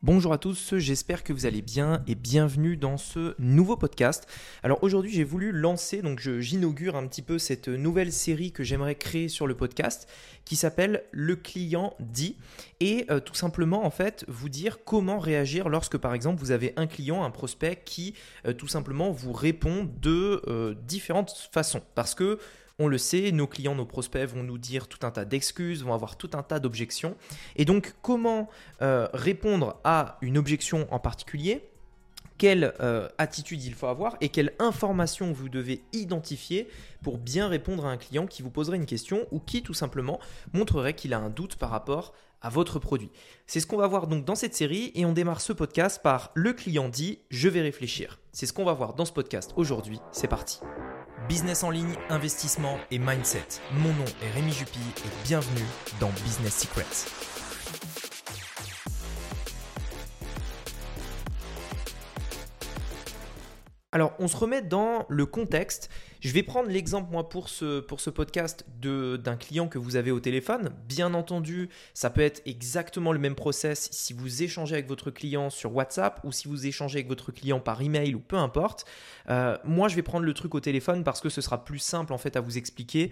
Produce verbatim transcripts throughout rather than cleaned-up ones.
Bonjour à tous, j'espère que vous allez bien et bienvenue dans ce nouveau podcast. Alors aujourd'hui j'ai voulu lancer, donc je- j'inaugure un petit peu cette nouvelle série que j'aimerais créer sur le podcast qui s'appelle Le client dit et euh, tout simplement en fait vous dire comment réagir lorsque par exemple vous avez un client, un prospect qui euh, tout simplement vous répond de euh, différentes façons parce que on le sait, nos clients, nos prospects vont nous dire tout un tas d'excuses, vont avoir tout un tas d'objections. Et donc, comment euh, répondre à une objection en particulier ? Quelle euh, attitude il faut avoir et quelle information vous devez identifier pour bien répondre à un client qui vous poserait une question ou qui tout simplement montrerait qu'il a un doute par rapport à votre produit. C'est ce qu'on va voir donc dans cette série et on démarre ce podcast par le client dit « je vais réfléchir ». C'est ce qu'on va voir dans ce podcast aujourd'hui. C'est parti. Business en ligne, investissement et mindset. Mon nom est Rémi Jupy et bienvenue dans Business Secrets. Alors, on se remet dans le contexte. Je vais prendre l'exemple, moi, pour ce, pour ce podcast de, d'un client que vous avez au téléphone. Bien entendu, ça peut être exactement le même process si vous échangez avec votre client sur WhatsApp ou si vous échangez avec votre client par email ou peu importe. Euh, moi, je vais prendre le truc au téléphone parce que ce sera plus simple en fait à vous expliquer,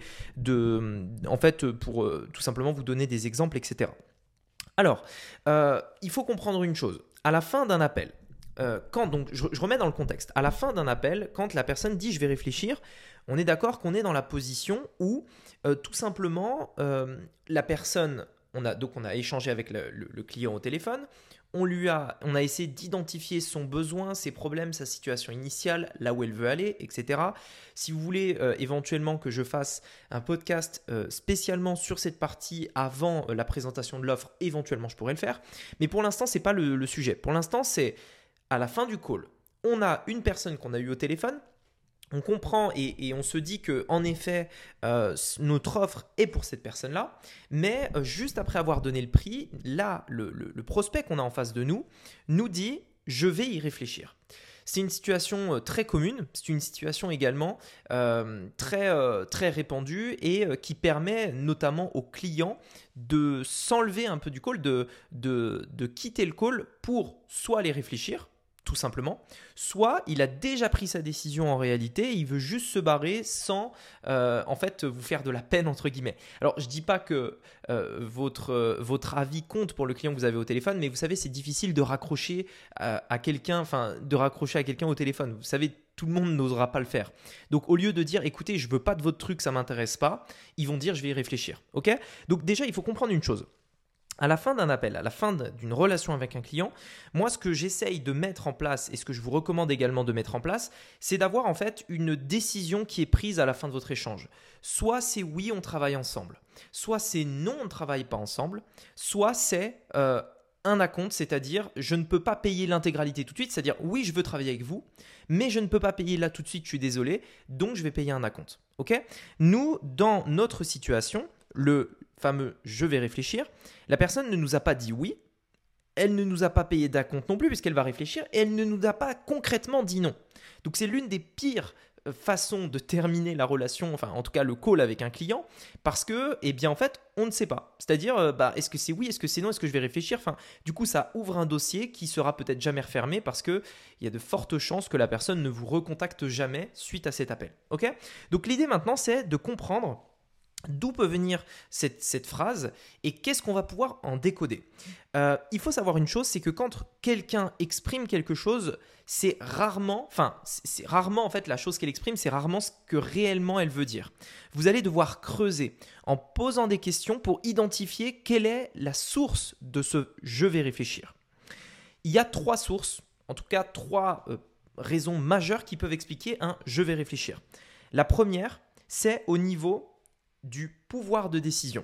de, en fait, pour euh, tout simplement vous donner des exemples, et cetera. Alors, euh, il faut comprendre une chose. À la fin d'un appel, Euh, quand, donc, je, je remets dans le contexte. À la fin d'un appel, quand la personne dit « je vais réfléchir », on est d'accord qu'on est dans la position où euh, tout simplement euh, la personne, on a, donc on a échangé avec le, le, le client au téléphone, on, lui a, on a essayé d'identifier son besoin, ses problèmes, sa situation initiale, là où elle veut aller, et cetera. Si vous voulez euh, éventuellement que je fasse un podcast euh, spécialement sur cette partie avant euh, la présentation de l'offre, éventuellement je pourrais le faire. Mais pour l'instant, ce n'est pas le, le sujet. Pour l'instant, c'est à la fin du call, on a une personne qu'on a eue au téléphone, on comprend et, et on se dit qu'en effet, euh, notre offre est pour cette personne-là, mais euh, juste après avoir donné le prix, là, le, le, le prospect qu'on a en face de nous nous dit « je vais y réfléchir ». C'est une situation euh, très commune, c'est une situation également euh, très, euh, très répandue et euh, qui permet notamment aux clients de s'enlever un peu du call, de, de, de quitter le call pour soit aller réfléchir, tout simplement, soit il a déjà pris sa décision en réalité, il veut juste se barrer sans euh, en fait vous faire de la peine entre guillemets. Alors je dis pas que euh, votre, euh, votre avis compte pour le client que vous avez au téléphone, mais vous savez c'est difficile de raccrocher à, à quelqu'un, enfin de raccrocher à quelqu'un au téléphone. Vous savez tout le monde n'osera pas le faire. Donc au lieu de dire écoutez je veux pas de votre truc, ça m'intéresse pas, ils vont dire je vais y réfléchir. Ok ? Donc déjà il faut comprendre une chose. À la fin d'un appel, à la fin d'une relation avec un client, moi ce que j'essaye de mettre en place et ce que je vous recommande également de mettre en place, c'est d'avoir en fait une décision qui est prise à la fin de votre échange. Soit c'est oui, on travaille ensemble, soit c'est non, on ne travaille pas ensemble, soit c'est euh, un acompte, c'est-à-dire je ne peux pas payer l'intégralité tout de suite, c'est-à-dire oui, je veux travailler avec vous, mais je ne peux pas payer là tout de suite, je suis désolé, donc je vais payer un acompte. Okay ? Nous, dans notre situation, le fameux « je vais réfléchir », la personne ne nous a pas dit oui, elle ne nous a pas payé d'acompte non plus puisqu'elle va réfléchir et elle ne nous a pas concrètement dit non. Donc c'est l'une des pires façons de terminer la relation, enfin en tout cas le call avec un client parce que, eh bien en fait, on ne sait pas. C'est-à-dire, euh, bah, est-ce que c'est oui, est-ce que c'est non, est-ce que je vais réfléchir ? Enfin, du coup, ça ouvre un dossier qui sera peut-être jamais refermé parce qu'il y a de fortes chances que la personne ne vous recontacte jamais suite à cet appel. Okay ? Donc l'idée maintenant, c'est de comprendre d'où peut venir cette, cette phrase et qu'est-ce qu'on va pouvoir en décoder. Euh, il faut savoir une chose, c'est que quand quelqu'un exprime quelque chose, c'est rarement, enfin, c'est, c'est rarement en fait la chose qu'elle exprime, c'est rarement ce que réellement elle veut dire. Vous allez devoir creuser en posant des questions pour identifier quelle est la source de ce « je vais réfléchir ». Il y a trois sources, en tout cas trois euh, raisons majeures qui peuvent expliquer un « je vais réfléchir ». La première, c'est au niveau du pouvoir de décision.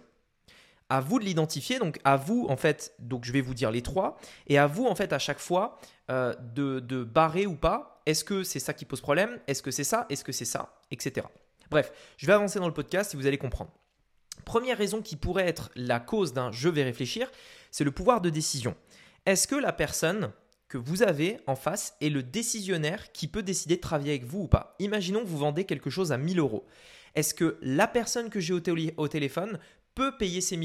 À vous de l'identifier, donc à vous en fait, donc je vais vous dire les trois, et à vous en fait à chaque fois euh, de, de barrer ou pas, est-ce que c'est ça qui pose problème, est-ce que c'est ça, est-ce que c'est ça, et cetera. Bref, je vais avancer dans le podcast et vous allez comprendre. Première raison qui pourrait être la cause d'un « je vais réfléchir », c'est le pouvoir de décision. Est-ce que la personne que vous avez en face est le décisionnaire qui peut décider de travailler avec vous ou pas ? Imaginons que vous vendez quelque chose à mille euros. Est-ce que la personne que j'ai au, tél- au téléphone peut payer ces mille euros ?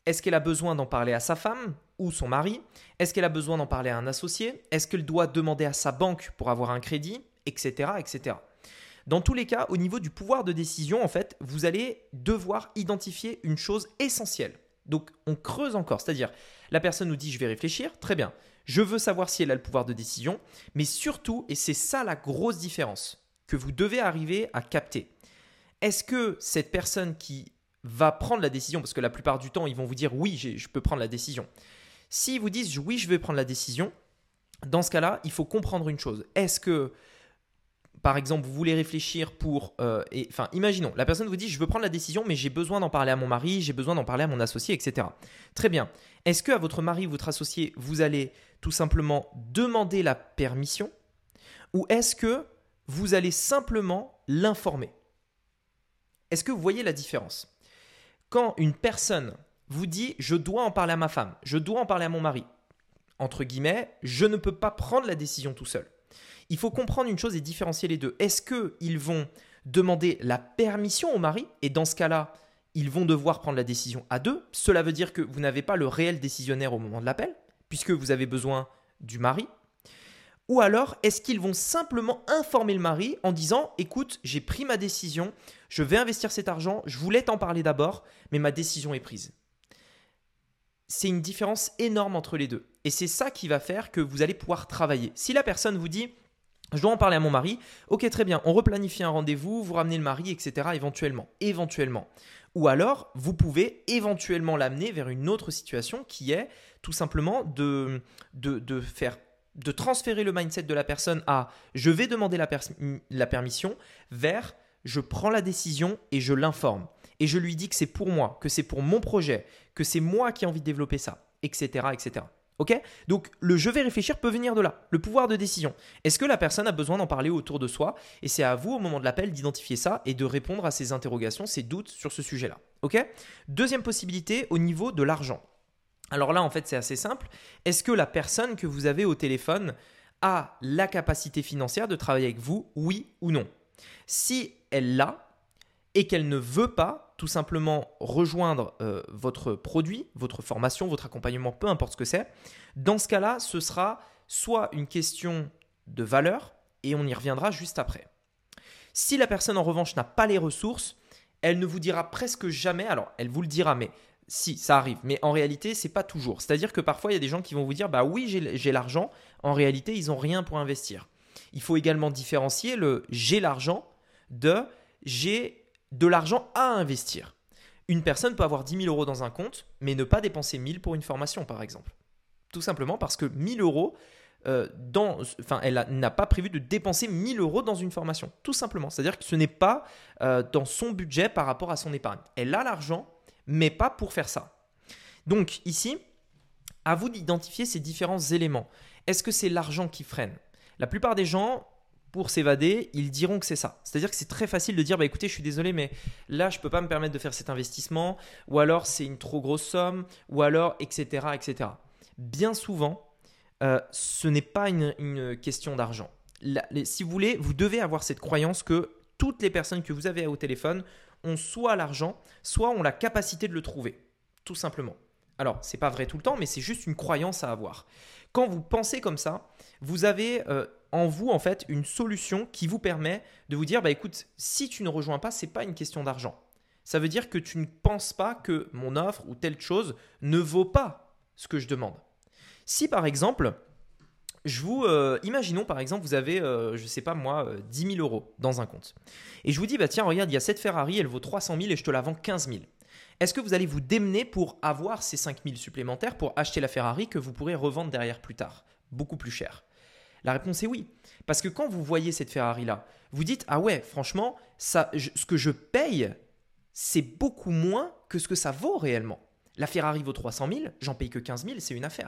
Est-ce qu'elle a besoin d'en parler à sa femme ou son mari? Est-ce qu'elle a besoin d'en parler à un associé? Est-ce qu'elle doit demander à sa banque pour avoir un crédit? Etc, et cetera. Dans tous les cas, au niveau du pouvoir de décision, en fait, vous allez devoir identifier une chose essentielle. Donc, on creuse encore. C'est-à-dire, la personne nous dit « je vais réfléchir ». Très bien. Je veux savoir si elle a le pouvoir de décision. Mais surtout, et c'est ça la grosse différence que vous devez arriver à capter. Est-ce que cette personne qui va prendre la décision, parce que la plupart du temps, ils vont vous dire « oui, je peux prendre la décision ». S'ils vous disent « oui, je vais prendre la décision », dans ce cas-là, il faut comprendre une chose. Est-ce que par exemple, vous voulez réfléchir pour… Euh, et, enfin, imaginons, la personne vous dit « je veux prendre la décision, mais j'ai besoin d'en parler à mon mari, j'ai besoin d'en parler à mon associé, et cetera » Très bien. Est-ce qu'à votre mari, votre associé, vous allez tout simplement demander la permission ou est-ce que vous allez simplement l'informer? Est-ce que vous voyez la différence? Quand une personne vous dit « je dois en parler à ma femme, je dois en parler à mon mari », entre guillemets, je ne peux pas prendre la décision tout seul. Il faut comprendre une chose et différencier les deux. Est-ce qu'ils vont demander la permission au mari et dans ce cas-là, ils vont devoir prendre la décision à deux? Cela veut dire que vous n'avez pas le réel décisionnaire au moment de l'appel puisque vous avez besoin du mari. Ou alors, est-ce qu'ils vont simplement informer le mari en disant « écoute, j'ai pris ma décision, je vais investir cet argent, je voulais t'en parler d'abord, mais ma décision est prise ». C'est une différence énorme entre les deux. Et c'est ça qui va faire que vous allez pouvoir travailler. Si la personne vous dit « je dois en parler à mon mari », ok, très bien, on replanifie un rendez-vous, vous ramenez le mari, et cetera éventuellement, éventuellement. Ou alors, vous pouvez éventuellement l'amener vers une autre situation qui est tout simplement de, de, de, faire, de transférer le mindset de la personne à « je vais demander la, pers- la permission » vers « je prends la décision et je l'informe ». Et je lui dis que c'est pour moi, que c'est pour mon projet, que c'est moi qui ai envie de développer ça, et cetera et cetera. Ok? Donc, le « je vais réfléchir » peut venir de là, le pouvoir de décision. Est-ce que la personne a besoin d'en parler autour de soi? Et c'est à vous, au moment de l'appel, d'identifier ça et de répondre à ses interrogations, ses doutes sur ce sujet-là. Ok? Deuxième possibilité, au niveau de l'argent. Alors là, en fait, c'est assez simple. Est-ce que la personne que vous avez au téléphone a la capacité financière de travailler avec vous, oui ou non? Si elle l'a, et qu'elle ne veut pas tout simplement rejoindre euh, votre produit, votre formation, votre accompagnement, peu importe ce que c'est, dans ce cas-là, ce sera soit une question de valeur, et on y reviendra juste après. Si la personne en revanche n'a pas les ressources, elle ne vous dira presque jamais, alors elle vous le dira, mais si, ça arrive, mais en réalité, ce n'est pas toujours. C'est-à-dire que parfois, il y a des gens qui vont vous dire « bah oui, j'ai, j'ai l'argent », en réalité, ils n'ont rien pour investir. Il faut également différencier le « j'ai l'argent » de « j'ai de l'argent à investir ». Une personne peut avoir dix mille euros dans un compte, mais ne pas dépenser mille pour une formation, par exemple. Tout simplement parce que mille euros, euh, dans, enfin, elle a, n'a pas prévu de dépenser mille euros dans une formation. Tout simplement. C'est-à-dire que ce n'est pas euh, dans son budget par rapport à son épargne. Elle a l'argent, mais pas pour faire ça. Donc ici, à vous d'identifier ces différents éléments. Est-ce que c'est l'argent qui freine? La plupart des gens, pour s'évader, ils diront que c'est ça. C'est-à-dire que c'est très facile de dire bah, « écoutez, je suis désolé, mais là, je ne peux pas me permettre de faire cet investissement » ou alors « c'est une trop grosse somme » ou alors et cetera et cetera. Bien souvent, euh, ce n'est pas une, une question d'argent. La, les, si vous voulez, vous devez avoir cette croyance que toutes les personnes que vous avez au téléphone ont soit l'argent, soit ont la capacité de le trouver, tout simplement. Alors, ce n'est pas vrai tout le temps, mais c'est juste une croyance à avoir. Quand vous pensez comme ça, vous avez euh, en vous en fait une solution qui vous permet de vous dire bah, « écoute, si tu ne rejoins pas, ce n'est pas une question d'argent. Ça veut dire que tu ne penses pas que mon offre ou telle chose ne vaut pas ce que je demande. » Si par exemple, je vous, euh, imaginons par exemple, vous avez, euh, je ne sais pas moi, euh, dix mille euros dans un compte. Et je vous dis, bah, tiens, regarde, il y a cette Ferrari, elle vaut trois cent mille et je te la vends quinze mille. Est-ce que vous allez vous démener pour avoir ces cinq mille supplémentaires pour acheter la Ferrari que vous pourrez revendre derrière plus tard, beaucoup plus cher? La réponse est oui. Parce que quand vous voyez cette Ferrari-là, vous dites « Ah ouais, franchement, ça, je, ce que je paye, c'est beaucoup moins que ce que ça vaut réellement. La Ferrari vaut trois cent mille, j'en paye que quinze mille, c'est une affaire. »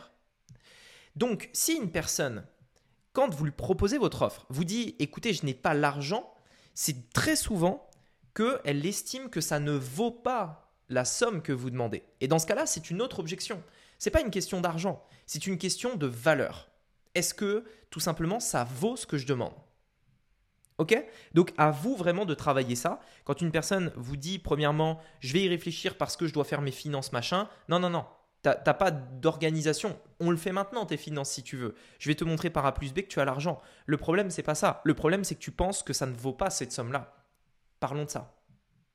Donc, si une personne, quand vous lui proposez votre offre, vous dit « Écoutez, je n'ai pas l'argent », c'est très souvent qu'elle estime que ça ne vaut pas la somme que vous demandez. Et dans ce cas-là, c'est une autre objection. Ce n'est pas une question d'argent, c'est une question de valeur. Est-ce que, tout simplement, ça vaut ce que je demande? Ok ? Donc, à vous vraiment de travailler ça. Quand une personne vous dit, premièrement, je vais y réfléchir parce que je dois faire mes finances, machin. Non, non, non. Tu n'as pas d'organisation. On le fait maintenant, tes finances, si tu veux. Je vais te montrer par A plus B que tu as l'argent. Le problème, c'est pas ça. Le problème, c'est que tu penses que ça ne vaut pas cette somme-là. Parlons de ça. Ok ?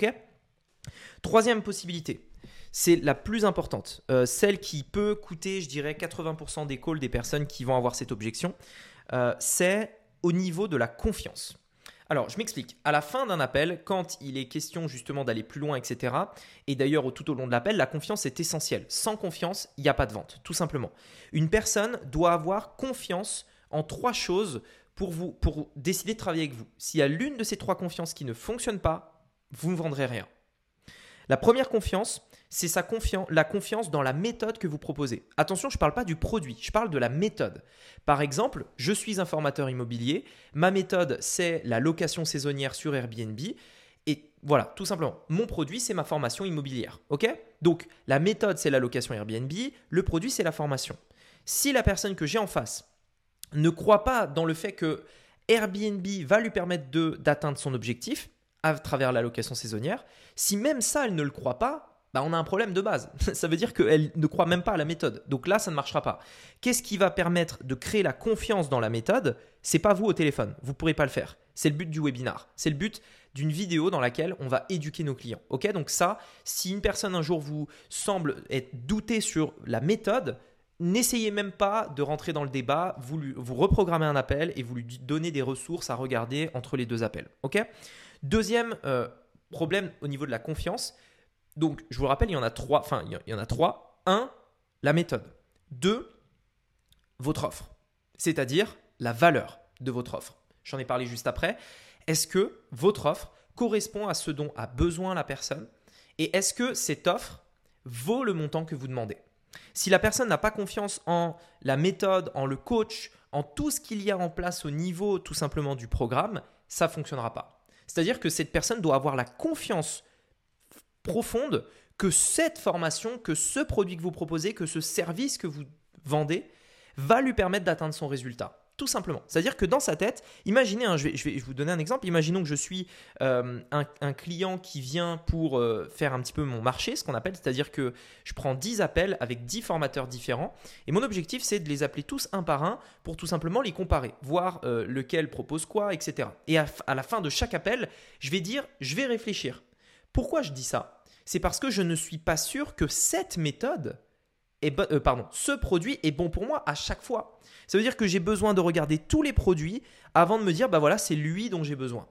Troisième possibilité. C'est la plus importante. Euh, celle qui peut coûter, je dirais, quatre-vingts pour cent des calls des personnes qui vont avoir cette objection. Euh, c'est au niveau de la confiance. Alors, je m'explique. À la fin d'un appel, quand il est question justement d'aller plus loin, et cetera, et d'ailleurs tout au long de l'appel, la confiance est essentielle. Sans confiance, il n'y a pas de vente, tout simplement. Une personne doit avoir confiance en trois choses pour, vous, pour décider de travailler avec vous. S'il y a l'une de ces trois confiances qui ne fonctionne pas, vous ne vendrez rien. La première confiance, c'est sa confiance, la confiance dans la méthode que vous proposez. Attention, je ne parle pas du produit, je parle de la méthode. Par exemple, je suis un formateur immobilier, ma méthode, c'est la location saisonnière sur Airbnb. Et voilà, tout simplement, mon produit, c'est ma formation immobilière. Ok ? Donc, la méthode, c'est la location Airbnb, le produit, c'est la formation. Si la personne que j'ai en face ne croit pas dans le fait que Airbnb va lui permettre de, d'atteindre son objectif à travers la location saisonnière, si même ça, elle ne le croit pas, bah on a un problème de base. Ça veut dire qu'elle ne croit même pas à la méthode. Donc là, ça ne marchera pas. Qu'est-ce qui va permettre de créer la confiance dans la méthode ? Ce n'est pas vous au téléphone. Vous ne pourrez pas le faire. C'est le but du webinar. C'est le but d'une vidéo dans laquelle on va éduquer nos clients. Ok ? Donc ça, si une personne un jour vous semble être doutée sur la méthode, n'essayez même pas de rentrer dans le débat. Vous, lui, vous reprogrammez un appel et vous lui donnez des ressources à regarder entre les deux appels. Ok ? Deuxième euh, problème au niveau de la confiance. Donc, je vous le rappelle, il y en a trois. Enfin, il y en a trois. Un, la méthode. Deux, votre offre. C'est-à-dire la valeur de votre offre. J'en ai parlé juste après. Est-ce que votre offre correspond à ce dont a besoin la personne ? Et est-ce que cette offre vaut le montant que vous demandez ? Si la personne n'a pas confiance en la méthode, en le coach, en tout ce qu'il y a en place au niveau tout simplement du programme, ça ne fonctionnera pas. C'est-à-dire que cette personne doit avoir la confiance profonde que cette formation, que ce produit que vous proposez, que ce service que vous vendez va lui permettre d'atteindre son résultat. Tout simplement. C'est-à-dire que dans sa tête, imaginez, hein, je, vais, je vais vous donner un exemple, imaginons que je suis euh, un, un client qui vient pour euh, faire un petit peu mon marché, ce qu'on appelle, c'est-à-dire que je prends dix appels avec dix formateurs différents et mon objectif, c'est de les appeler tous un par un pour tout simplement les comparer, voir euh, lequel propose quoi, et cetera. Et à, à la fin de chaque appel, je vais dire, je vais réfléchir. Pourquoi je dis ça ? C'est parce que je ne suis pas sûr que cette méthode est bo- euh, pardon, ce produit est bon pour moi à chaque fois. Ça veut dire que j'ai besoin de regarder tous les produits avant de me dire, bah voilà, c'est lui dont j'ai besoin.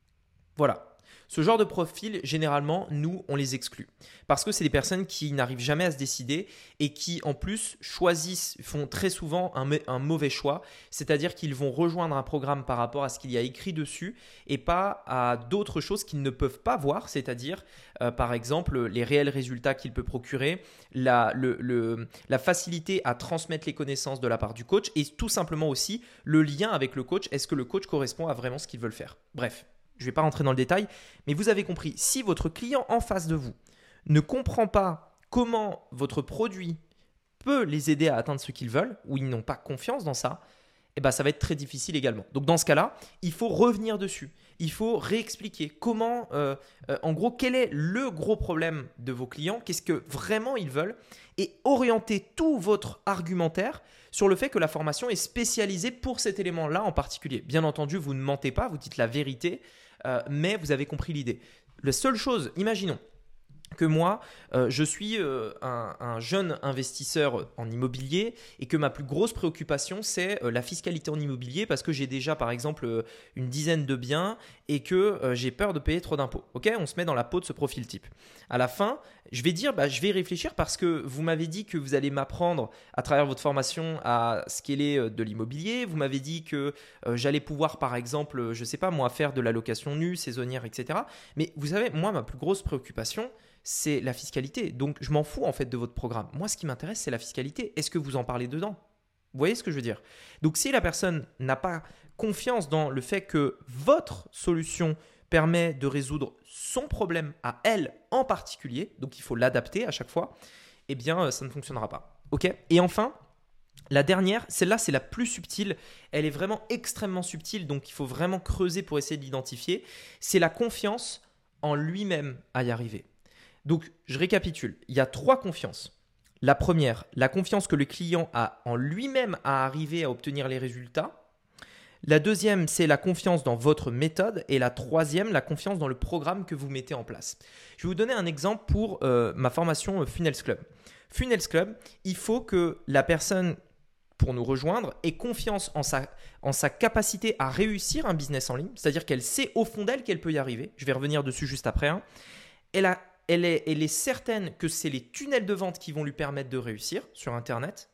Voilà. Ce genre de profil, généralement, nous, on les exclut. Parce que c'est des personnes qui n'arrivent jamais à se décider et qui, en plus, choisissent, font très souvent un, un mauvais choix. C'est-à-dire qu'ils vont rejoindre un programme par rapport à ce qu'il y a écrit dessus et pas à d'autres choses qu'ils ne peuvent pas voir. C'est-à-dire, euh, par exemple, les réels résultats qu'il peut procurer, la, le, le, la facilité à transmettre les connaissances de la part du coach et tout simplement aussi le lien avec le coach. Est-ce que le coach correspond à vraiment ce qu'ils veulent faire ? Bref. Je ne vais pas rentrer dans le détail, mais vous avez compris, si votre client en face de vous ne comprend pas comment votre produit peut les aider à atteindre ce qu'ils veulent, ou ils n'ont pas confiance dans ça, eh ben ça va être très difficile également. Donc dans ce cas-là, il faut revenir dessus. Il faut réexpliquer comment, euh, euh, en gros, quel est le gros problème de vos clients, qu'est-ce que vraiment ils veulent, et orienter tout votre argumentaire sur le fait que la formation est spécialisée pour cet élément-là en particulier. Bien entendu, vous ne mentez pas, vous dites la vérité, euh, mais vous avez compris l'idée. La seule chose, imaginons que moi, euh, je suis euh, un, un jeune investisseur en immobilier et que ma plus grosse préoccupation, c'est euh, la fiscalité en immobilier parce que j'ai déjà, par exemple, euh, une dizaine de biens et que euh, j'ai peur de payer trop d'impôts. Ok, on se met dans la peau de ce profil type. À la fin, je vais dire, bah, je vais réfléchir parce que vous m'avez dit que vous allez m'apprendre à travers votre formation à scaler de l'immobilier. Vous m'avez dit que euh, j'allais pouvoir, par exemple, je ne sais pas moi, faire de la location nue, saisonnière, et cetera. Mais vous savez, moi, ma plus grosse préoccupation, c'est la fiscalité. Donc, je m'en fous en fait de votre programme. Moi, ce qui m'intéresse, c'est la fiscalité. Est-ce que vous en parlez dedans ? Vous voyez ce que je veux dire ? Donc, si la personne n'a pas confiance dans le fait que votre solution permet de résoudre son problème à elle en particulier, donc il faut l'adapter à chaque fois, eh bien, ça ne fonctionnera pas. Ok ? Et enfin, La dernière, celle-là, c'est la plus subtile. Elle est vraiment extrêmement subtile, donc il faut vraiment creuser pour essayer de l'identifier. C'est la confiance en lui-même à y arriver. Donc, je récapitule. Il y a trois confiances. La première, la confiance que le client a en lui-même à arriver à obtenir les résultats. La deuxième, c'est la confiance dans votre méthode. Et la troisième, la confiance dans le programme que vous mettez en place. Je vais vous donner un exemple pour euh, ma formation Funnels Club. Funnels Club, il faut que la personne pour nous rejoindre ait confiance en sa, en sa capacité à réussir un business en ligne, c'est-à-dire qu'elle sait au fond d'elle qu'elle peut y arriver. Je vais revenir dessus juste après. Hein. Elle, a, elle, est, elle est certaine que c'est les tunnels de vente qui vont lui permettre de réussir sur Internet.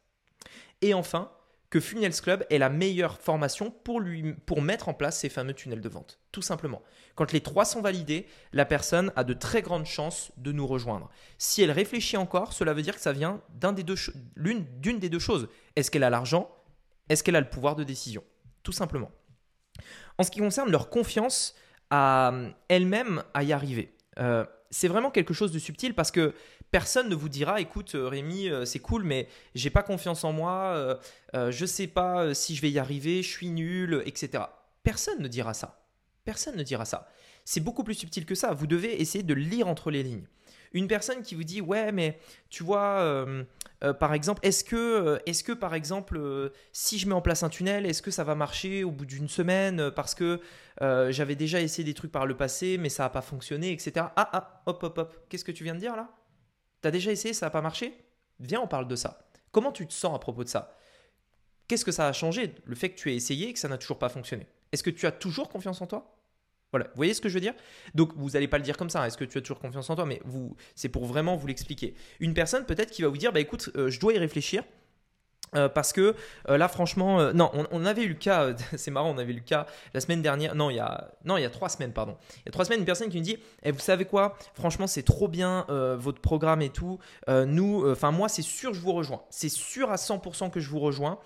Et enfin, que Funnels Club est la meilleure formation pour, lui, pour mettre en place ces fameux tunnels de vente. Tout simplement. Quand les trois sont validés, la personne a de très grandes chances de nous rejoindre. Si elle réfléchit encore, cela veut dire que ça vient d'un des deux, l'une, d'une des deux choses. Est-ce qu'elle a l'argent ? Est-ce qu'elle a le pouvoir de décision ? Tout simplement. En ce qui concerne leur confiance à elle-même à y arriver, euh, c'est vraiment quelque chose de subtil parce que personne ne vous dira « Écoute Rémi, c'est cool, mais j'ai pas confiance en moi, euh, euh, je sais pas si je vais y arriver, je suis nul, et cetera » Personne ne dira ça. Personne ne dira ça. C'est beaucoup plus subtil que ça. Vous devez essayer de lire entre les lignes. Une personne qui vous dit « Ouais, mais tu vois, euh, euh, par exemple, est-ce que, euh, est-ce que par exemple, euh, si je mets en place un tunnel, est-ce que ça va marcher au bout d'une semaine parce que euh, j'avais déjà essayé des trucs par le passé, mais ça n'a pas fonctionné, et cetera » Ah, ah, hop, hop, hop. Qu'est-ce que tu viens de dire là ? Tu as déjà essayé, ça n'a pas marché ? Viens, on parle de ça. Comment tu te sens à propos de ça ? Qu'est-ce que ça a changé, le fait que tu aies essayé et que ça n'a toujours pas fonctionné ? Est-ce que tu as toujours confiance en toi ? Voilà, vous voyez ce que je veux dire ? Donc, vous n'allez pas le dire comme ça, hein, est-ce que tu as toujours confiance en toi ? Mais vous, c'est pour vraiment vous l'expliquer. Une personne peut-être qui va vous dire, bah, écoute, euh, je dois y réfléchir. Euh, parce que euh, là franchement euh, non on, on avait eu le cas euh, c'est marrant on avait eu le cas la semaine dernière non il y a non il y a trois semaines pardon il y a trois semaines une personne qui me dit eh, vous savez quoi franchement c'est trop bien euh, votre programme et tout euh, nous enfin moi c'est sûr je vous rejoins c'est sûr à cent pour cent que je vous rejoins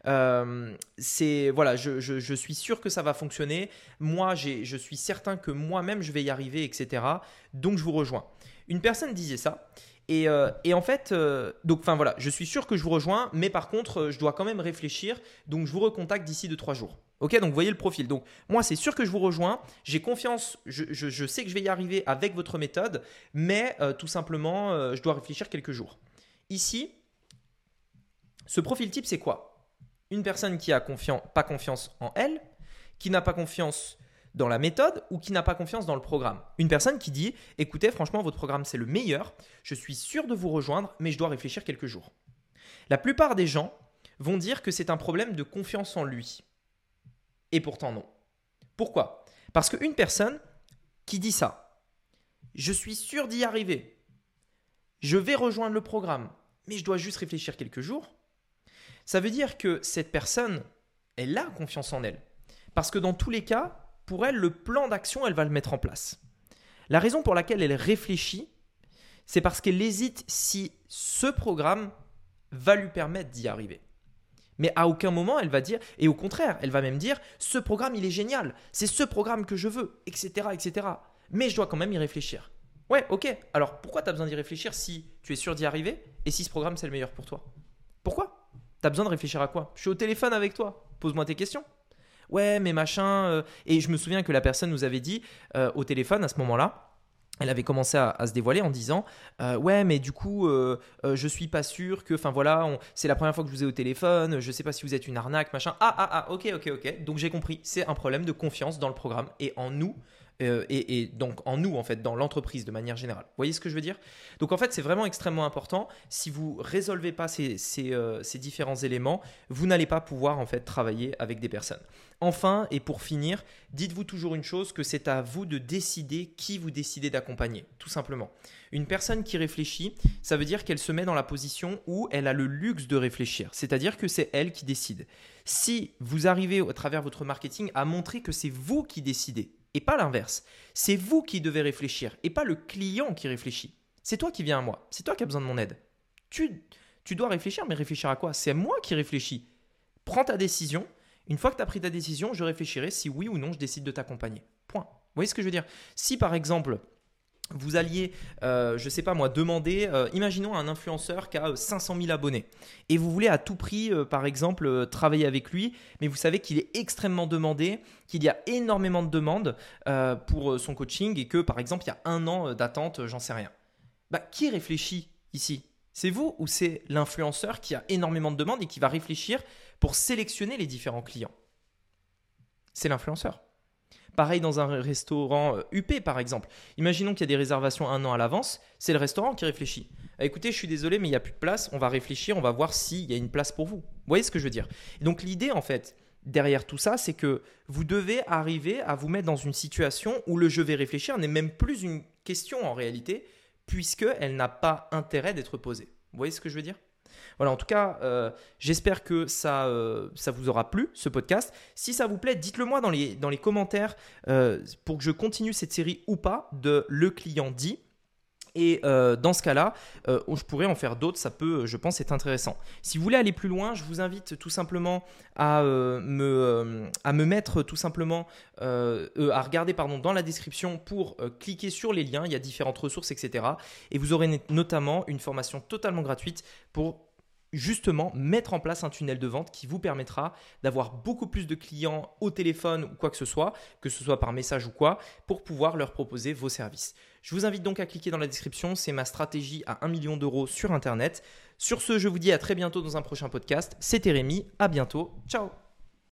euh, c'est voilà je, je, je suis sûr que ça va fonctionner moi j'ai, je suis certain que moi-même je vais y arriver etc donc je vous rejoins. Une personne disait ça. Et, euh, et en fait, euh, donc, enfin voilà, je suis sûr que je vous rejoins, mais par contre, euh, je dois quand même réfléchir. Donc, je vous recontacte d'ici deux trois jours. Ok, donc vous voyez le profil. Donc, moi, c'est sûr que je vous rejoins. J'ai confiance. Je, je, je sais que je vais y arriver avec votre méthode, mais euh, tout simplement, euh, je dois réfléchir quelques jours. Ici, ce profil type, c'est quoi ? Une personne qui a confiance, pas confiance en elle, qui n'a pas confiance dans la méthode ou qui n'a pas confiance dans le programme. Une personne qui dit « Écoutez, franchement, votre programme, c'est le meilleur. Je suis sûr de vous rejoindre, mais je dois réfléchir quelques jours. » La plupart des gens vont dire que c'est un problème de confiance en lui. Et pourtant, non. Pourquoi ? Parce qu'une personne qui dit ça, « Je suis sûr d'y arriver. Je vais rejoindre le programme, mais je dois juste réfléchir quelques jours. » Ça veut dire que cette personne, elle a confiance en elle. Parce que dans tous les cas, pour elle, le plan d'action, elle va le mettre en place. La raison pour laquelle elle réfléchit, c'est parce qu'elle hésite si ce programme va lui permettre d'y arriver. Mais à aucun moment, elle va dire, et au contraire, elle va même dire, ce programme, il est génial, c'est ce programme que je veux, et cetera, et cetera. Mais je dois quand même y réfléchir. Ouais, ok, alors pourquoi tu as besoin d'y réfléchir si tu es sûr d'y arriver et si ce programme, c'est le meilleur pour toi ? Pourquoi ? Tu as besoin de réfléchir à quoi ? Je suis au téléphone avec toi, pose-moi tes questions. Ouais, mais machin. Euh, et je me souviens que la personne nous avait dit euh, au téléphone à ce moment-là, elle avait commencé à, à se dévoiler en disant euh, ouais, mais du coup, euh, euh, je suis pas sûr que. Enfin voilà, on, c'est la première fois que je vous ai au téléphone. Je sais pas si vous êtes une arnaque, machin. Ah, ah, ah, ok, ok, ok. Donc j'ai compris. C'est un problème de confiance dans le programme et en nous. Euh, et, et donc en nous, en fait, dans l'entreprise de manière générale. Vous voyez ce que je veux dire ? Donc en fait, c'est vraiment extrêmement important. Si vous ne résolvez pas ces, ces, euh, ces différents éléments, vous n'allez pas pouvoir en fait travailler avec des personnes. Enfin, et pour finir, dites-vous toujours une chose, que c'est à vous de décider qui vous décidez d'accompagner, tout simplement. Une personne qui réfléchit, ça veut dire qu'elle se met dans la position où elle a le luxe de réfléchir, c'est-à-dire que c'est elle qui décide. Si vous arrivez à travers votre marketing à montrer que c'est vous qui décidez, et pas l'inverse. C'est vous qui devez réfléchir et pas le client qui réfléchit. C'est toi qui viens à moi. C'est toi qui as besoin de mon aide. Tu, tu dois réfléchir, mais réfléchir à quoi ? C'est moi qui réfléchis. Prends ta décision. Une fois que tu as pris ta décision, je réfléchirai si oui ou non je décide de t'accompagner. Point. Vous voyez ce que je veux dire ? Si par exemple, vous alliez, euh, je ne sais pas moi, demander, euh, imaginons un influenceur qui a euh, cinq cent mille abonnés et vous voulez à tout prix, euh, par exemple, euh, travailler avec lui, mais vous savez qu'il est extrêmement demandé, qu'il y a énormément de demandes euh, pour euh, son coaching et que, par exemple, il y a un an euh, d'attente, euh, j'en sais rien. Bah, qui réfléchit ici? C'est vous ou c'est l'influenceur qui a énormément de demandes et qui va réfléchir pour sélectionner les différents clients? C'est l'influenceur. Pareil dans un restaurant U P par exemple. Imaginons qu'il y a des réservations un an à l'avance, c'est le restaurant qui réfléchit. Ah, écoutez, je suis désolé, mais il n'y a plus de place, on va réfléchir, on va voir s'il y a une place pour vous. Vous voyez ce que je veux dire? Et donc l'idée en fait derrière tout ça, c'est que vous devez arriver à vous mettre dans une situation où le je vais réfléchir n'est même plus une question en réalité, puisqu'elle n'a pas intérêt d'être posée. Vous voyez ce que je veux dire? Voilà, en tout cas, euh, j'espère que ça, euh, ça vous aura plu, ce podcast. Si ça vous plaît, dites-le moi dans les, dans les commentaires euh, pour que je continue cette série ou pas de Le Client Dit. Et euh, dans ce cas-là, euh, je pourrais en faire d'autres, ça peut, je pense, être intéressant. Si vous voulez aller plus loin, je vous invite tout simplement à, euh, me, euh, à me mettre tout simplement, euh, euh, à regarder pardon, dans la description pour euh, cliquer sur les liens. Il y a différentes ressources, et cetera. Et vous aurez notamment une formation totalement gratuite pour justement mettre en place un tunnel de vente qui vous permettra d'avoir beaucoup plus de clients au téléphone ou quoi que ce soit, que ce soit par message ou quoi, pour pouvoir leur proposer vos services. Je vous invite donc à cliquer dans la description, c'est ma stratégie à un million d'euros sur Internet. Sur ce, je vous dis à très bientôt dans un prochain podcast. C'était Rémi, à bientôt, ciao.